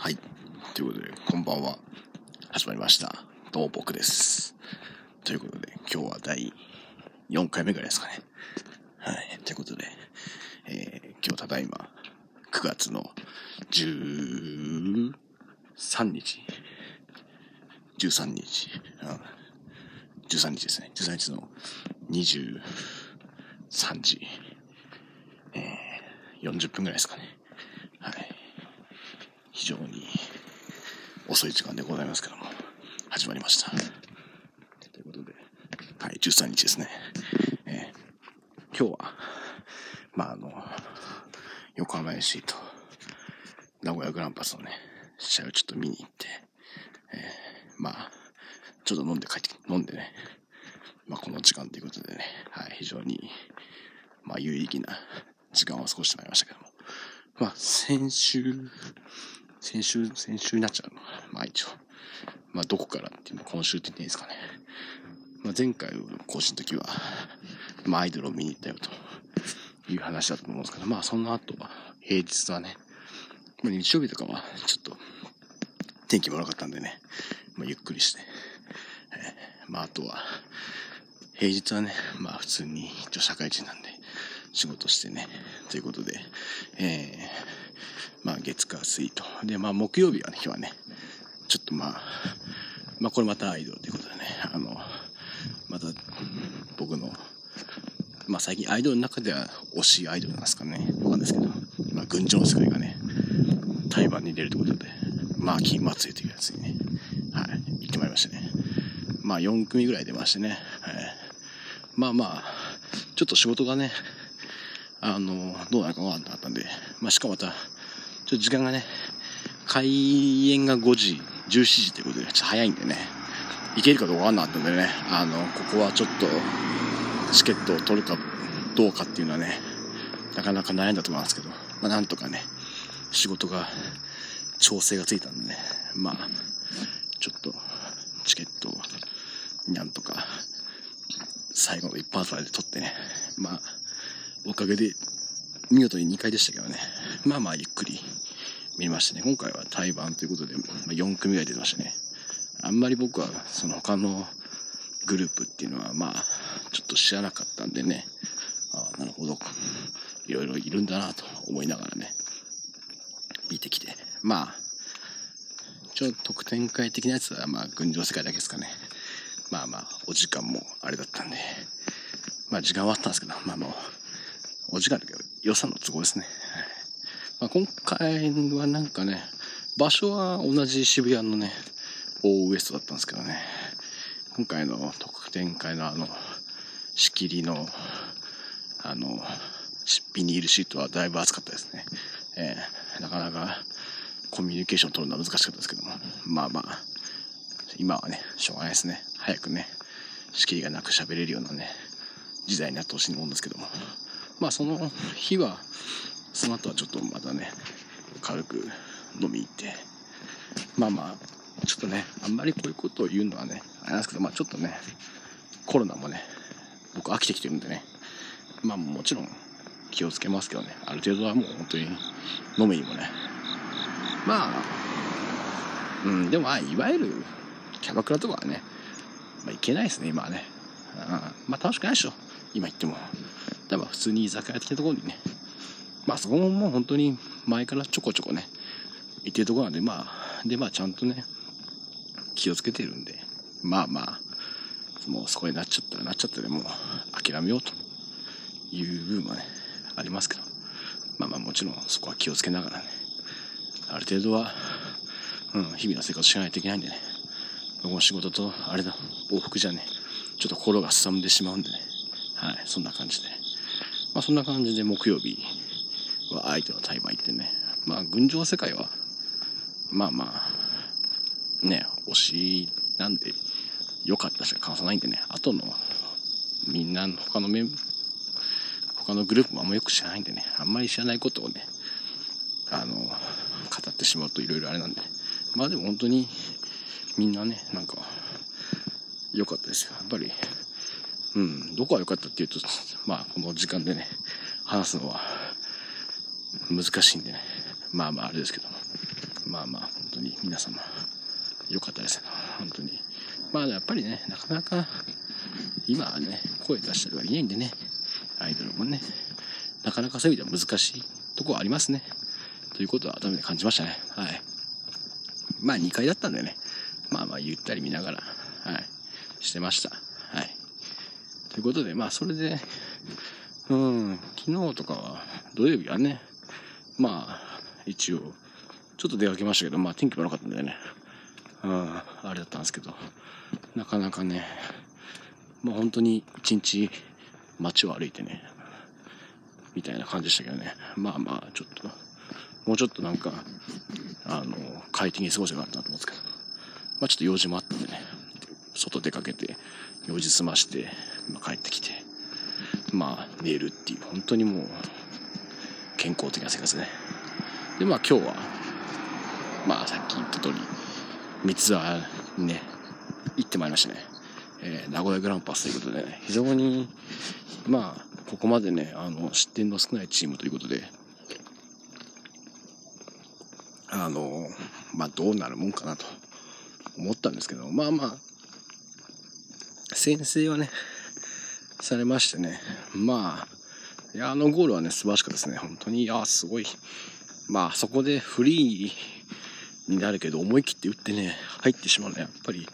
はい。ということで、こんばんは。始まりました。どうも僕です。ということで、今日は第4回目ぐらいですかね。はい。ということで、今日ただいま9月の13日。13日。13日ですね。13日の23時、40分ぐらいですかね。はい。非常に遅い時間でございますけども、始まりました。ということで、はい、13日ですね。今日は、横浜 FC と名古屋グランパスのね、試合をちょっと見に行って、ちょっと飲んでね、この時間ということでね、はい、非常に、有意義な時間を過ごしてまいりましたけども、先週になっちゃうの。一応。どこからっていうのは今週って言っていいですかね。前回の更新の時は、アイドルを見に行ったよという話だったと思うんですけど、その後は、平日はね、日曜日とかはちょっと天気も悪かったんでね、ゆっくりして、あとは、平日はね、普通に一応社会人なんで、仕事してね、ということで、月火水と。で、木曜日はね、今日はね、ちょっとこれまたアイドルということでね、また僕の、最近アイドルの中では推しアイドルなんですかね、わかんないですけど、群青世界がね、対バンに出るということで、金松江というやつにね、はい、行ってまいりましたね。4組ぐらい出ましてね、ちょっと仕事がね、どうなるかわかんなかったんで、しかもまた、ちょっと時間がね、開演が5時、17時ということで、ちょっと早いんでね、行けるかどうかわかんなかったんでね、ここはちょっと、チケットを取るかどうかっていうのはね、なかなか悩んだと思いますけど、なんとかね、仕事が、調整がついたんでね、ちょっと、チケットを、なんとか、最後の一発で取ってね、おかげで、見事に2回でしたけどね、ゆっくり見ましたね。今回は対バンということで、4組ぐらい出ましたね。あんまり僕は、その他のグループっていうのは、ちょっと知らなかったんでね、なるほど、いろいろいるんだなと思いながらね、見てきて、一応特典会的なやつは、群青世界だけですかね。お時間もあれだったんで、時間はあったんですけど、お時間だけど予算の都合ですね。今回はなんかね、場所は同じ渋谷のね、オーウエストだったんですけどね、今回の特典会の仕切りの、ビニールシートはだいぶ厚かったですね。なかなかコミュニケーションを取るのは難しかったですけども、今はね、しょうがないですね。早くね、仕切りがなく喋れるようなね、時代になってほしいと思うんですけども。その日は、その後はちょっとまたね、軽く飲み行って、ちょっとね、あんまりこういうことを言うのはね、あれなんですけど、ちょっとね、コロナもね、僕飽きてきてるんでね、もちろん気をつけますけどね、ある程度はもう本当に飲みにもね、でもいわゆるキャバクラとかはね、行けないですね、今はね。楽しくないでしょ、今行っても。普通に居酒屋的なところにね、そこももう本当に前からちょこちょこね、行ってるところなんで、ちゃんとね、気をつけてるんで、もうそこになっちゃったでもう諦めようという部分はね、ありますけど、もちろんそこは気をつけながらね、ある程度は、日々の生活しないといけないんでね、僕も仕事と、往復じゃね、ちょっと心がすさんでしまうんでね、はい、そんな感じで。そんな感じで木曜日は相手の対バン行ってね、群青世界は、ね、推しなんで、良かったしか感想ないんでね、後の、みんな他のグループもあんまよく知らないんでね、あんまり知らないことをね、語ってしまうといろいろあれなんで、でも本当に、みんなね、なんか、良かったですよ。やっぱり、どこが良かったっていうと、この時間でね、話すのは難しいんでね、あれですけども。 まあまあ本当に皆様良かったですね本当に。まあやっぱりね、なかなか今はね声出したりはいないんでね、アイドルもねなかなかそういう意味では難しいところはありますねということは改めて感じましたね。はい。まあ2回だったんでね、まあまあゆったり見ながら、はい、してました。はい。ということで、まあそれで、昨日とかは土曜日はね、まあ一応ちょっと出かけましたけど、まあ天気も良かったんでね、あれだったんですけど、なかなかね、まあ本当に一日街を歩いてね、みたいな感じでしたけどね、まあまあちょっともうちょっとなんか快適に過ごせばよかったなと思うんですけど、まあちょっと用事もあってね、外出かけて用事済まして、帰ってきて、まあ寝るっていう本当にもう健康的な生活ね。でまあ今日はまあさっき言った通り三沢にね行ってまいりましたね。名古屋グランパスということでね、非常にまあここまでね失点の少ないチームということで、まあどうなるもんかなと思ったんですけど、まあまあ先制はねされましてね、まあいやゴールはね素晴らしかったですね本当に。いやすごい、まあそこでフリーになるけど思い切って打ってね入ってしまうのはやっぱり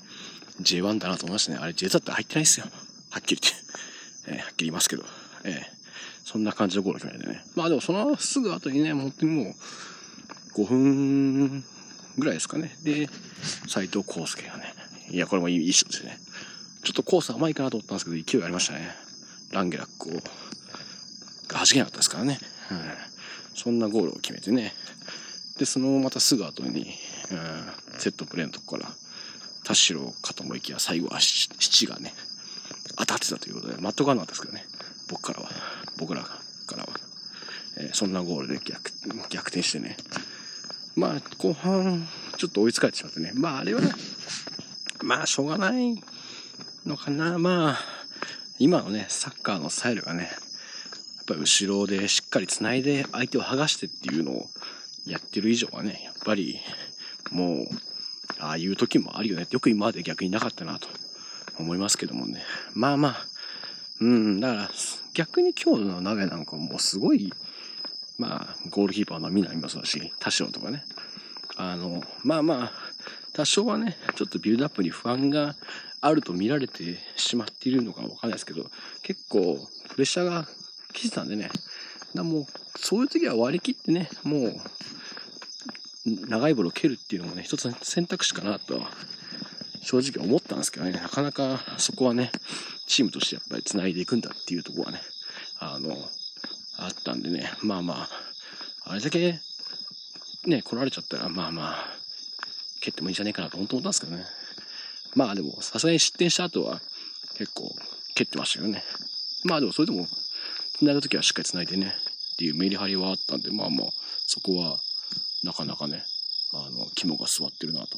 J1 だなと思いましたね。あれ J2 だったら入ってないですよ、はっきり言って、はっきり言いますけど、そんな感じのゴール決めてね。まあでもそのすぐ後にね本当にもう5分ぐらいですかね、で斉藤康介がね、いやこれもいい人ですね。ちょっとコース甘いかなと思ったんですけど勢いありましたね。ランゲラックをが弾けなかったですからね、そんなゴールを決めてね、でそのまたすぐ後に、セットプレーのとこから田代かと思いきや最後は七がね当たってたということで全く分かんなかったですけどね、僕らからは、そんなゴールで逆転してね、まあ後半ちょっと追いつかれてしまってね、まああれはねまあしょうがないのかな。まあ今のねサッカーのスタイルがねやっぱり後ろでしっかりつないで相手を剥がしてっていうのをやってる以上はね、やっぱりもうああいう時もあるよねって、よく今まで逆になかったなと思いますけどもね。まあまあだから逆に今日の名古屋なんかもうすごい、まあゴールキーパーの南もそうだし田代とかね、まあまあ多少はねちょっとビルドアップに不安があると見られてしまっているのかわかんないですけど、結構プレッシャーが来てたんでね、もうそういう時は割り切ってね、もう長いボールを蹴るっていうのもね一つの選択肢かなとは正直思ったんですけどね、なかなかそこはねチームとしてやっぱり繋いでいくんだっていうところはねあったんでね、まあまああれだけね来られちゃったらまあまあ蹴ってもいいんじゃねえかなと本当思ったんですけどね。まあでもさすがに失点した後は結構蹴ってましたよね。まあでもそれでも繋ぐときはしっかり繋いでねっていうメリハリはあったんで、まあまあそこはなかなかね肝が据わってるなと、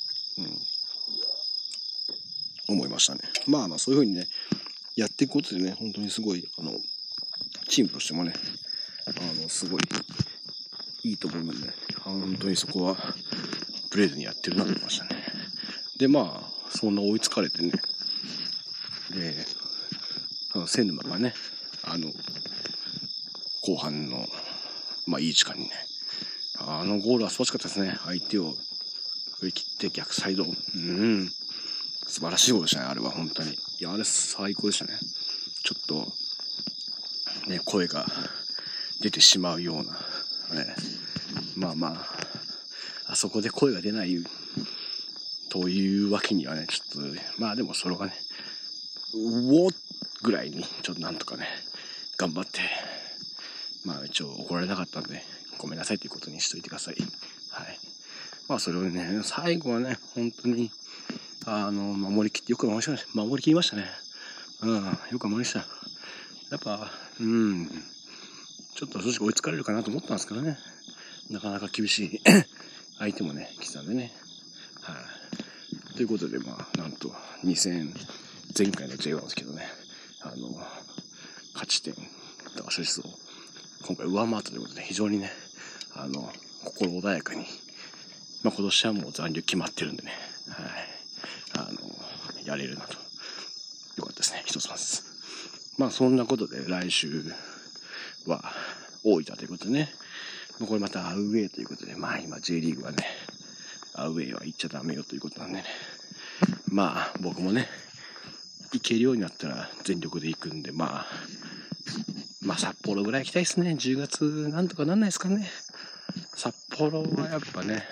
思いましたね。まあまあそういう風にねやっていくことでね本当にすごいチームとしてもねすごいいいと思うので、ね、本当にそこはブレーズにやってるなと思いましたね。でまあそんな追いつかれてね、で瀬沼がね後半のまあいい時間にねゴールは素晴らしかったですね。相手を振り切って逆サイド、素晴らしいゴールでしたね。あれは本当に、いやあれ最高でしたね。ちょっとね声が出てしまうような、まあまああそこで声が出ないというわけにはねちょっとまあでもそれがねうおぐらいにちょっとなんとかね頑張って、まあ一応怒られなかったんでごめんなさいということにしといてください。はい。まあそれをね最後はね本当に守りきってよく守りきりましたね。よく守りました。やっぱちょっと正直追いつかれるかなと思ったんですけどね、なかなか厳しい相手もね来てたんでね。はい。ということでまあなんと前回の J1 の時のね勝ち点とか勝率を今回上回ったということで非常にね心穏やかに今年はもう残留決まってるんでね、やれるなと。よかったですね、一つまず。そんなことで来週は大分ということでね、これまたアウェーということで、今 J リーグはね、アウェーは行っちゃダメよということなんでね、僕もね、行けるようになったら全力で行くんで、札幌ぐらい行きたいですね。10月なんとかなんないですかね。札幌はやっぱね、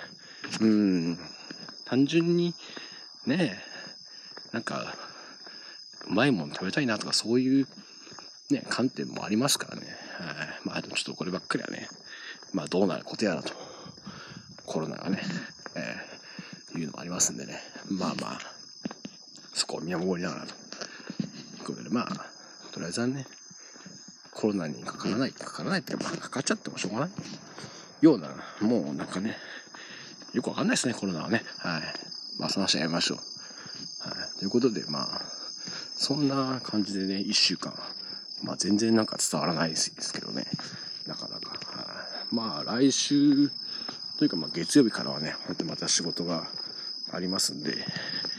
単純にね、なんかうまいもの食べたいなとかそういうね観点もありますからね。でもちょっとこればっかりはね、どうなることやらと、コロナがね、いうのもありますんでね、そこを見守りながらということで、とりあえずはね、コロナにかからないっていうか、かかっちゃってもしょうがないような、もうなんかね、よくわかんないですね、コロナはね。その話はやめましょう。ということで、そんな感じでね、1週間、全然なんか伝わらないですけどね、なかなか。来週というか、月曜日からはね、本当にまた仕事がありますんで、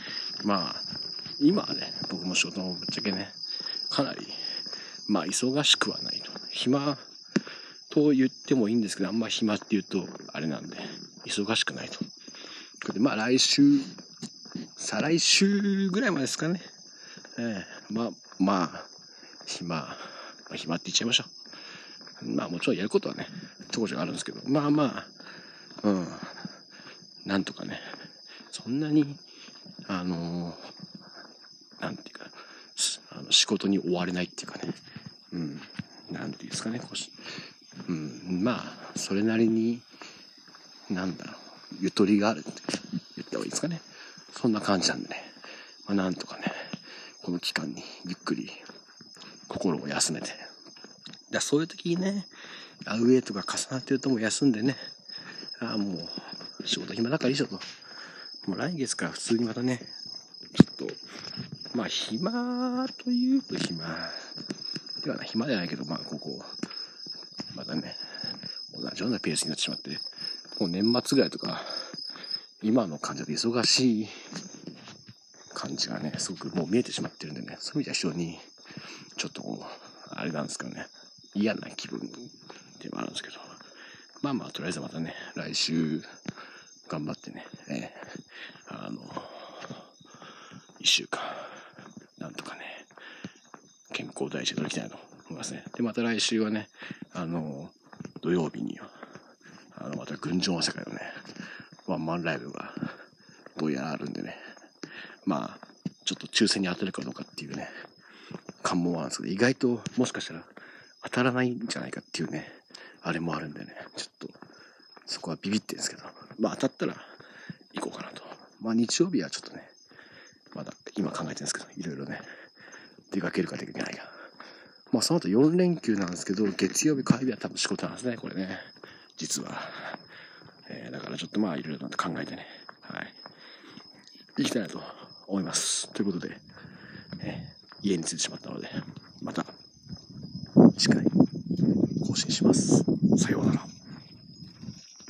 今はね、僕も仕事もぶっちゃけね、かなり、忙しくはないと。暇と言ってもいいんですけど、あんま暇って言うとあれなんで、忙しくないと。で、来週、再来週ぐらいまでですかね。暇って言っちゃいましょう。もちろんやることはね、ちょこちょこあるんですけど、なんとかね、そんなに、なんていうか、仕事に追われないっていうかね、なんていうんですかね、それなりに、ゆとりがあるって言った方がいいですかね。そんな感じなんでね、なんとかね、この期間にゆっくり心を休めて、そういう時にね、アウェーとか重なってるともう休んでね、もう仕事暇だからいいでしょと。もう来月から普通にまたね、ちょっと、暇というと暇じゃないけど、またね、同じようなペースになってしまって、もう年末ぐらいとか、今の感じで忙しい感じがね、すごくもう見えてしまってるんでね、そういう意味では非常に、ちょっとあれなんですけどね、嫌な気分でもあるんですけど、とりあえずまたね、来週、頑張ってね、1週間、なんとかね、健康第一で乗り切りたいと思いますね。で、また来週はね、土曜日には、また群青朝会のね、ワンマンライブが、どうやらあるんでね、ちょっと抽選に当たるかどうかっていうね、関門はあるんですけど、意外ともしかしたら当たらないんじゃないかっていうね、あれもあるんでね、ちょっと、そこはビビってるんですけど、当たったら行こうかなと。日曜日はちょっとね、まだ今考えてるんですけど、いろいろね、出かけるか出かけないか。その後4連休なんですけど、月曜日、火曜日は多分仕事なんですね、これね。実は。だからちょっといろいろなと考えてね、行きたいなと思います。ということで、家に着いてしまったので、また次回更新します。さようなら。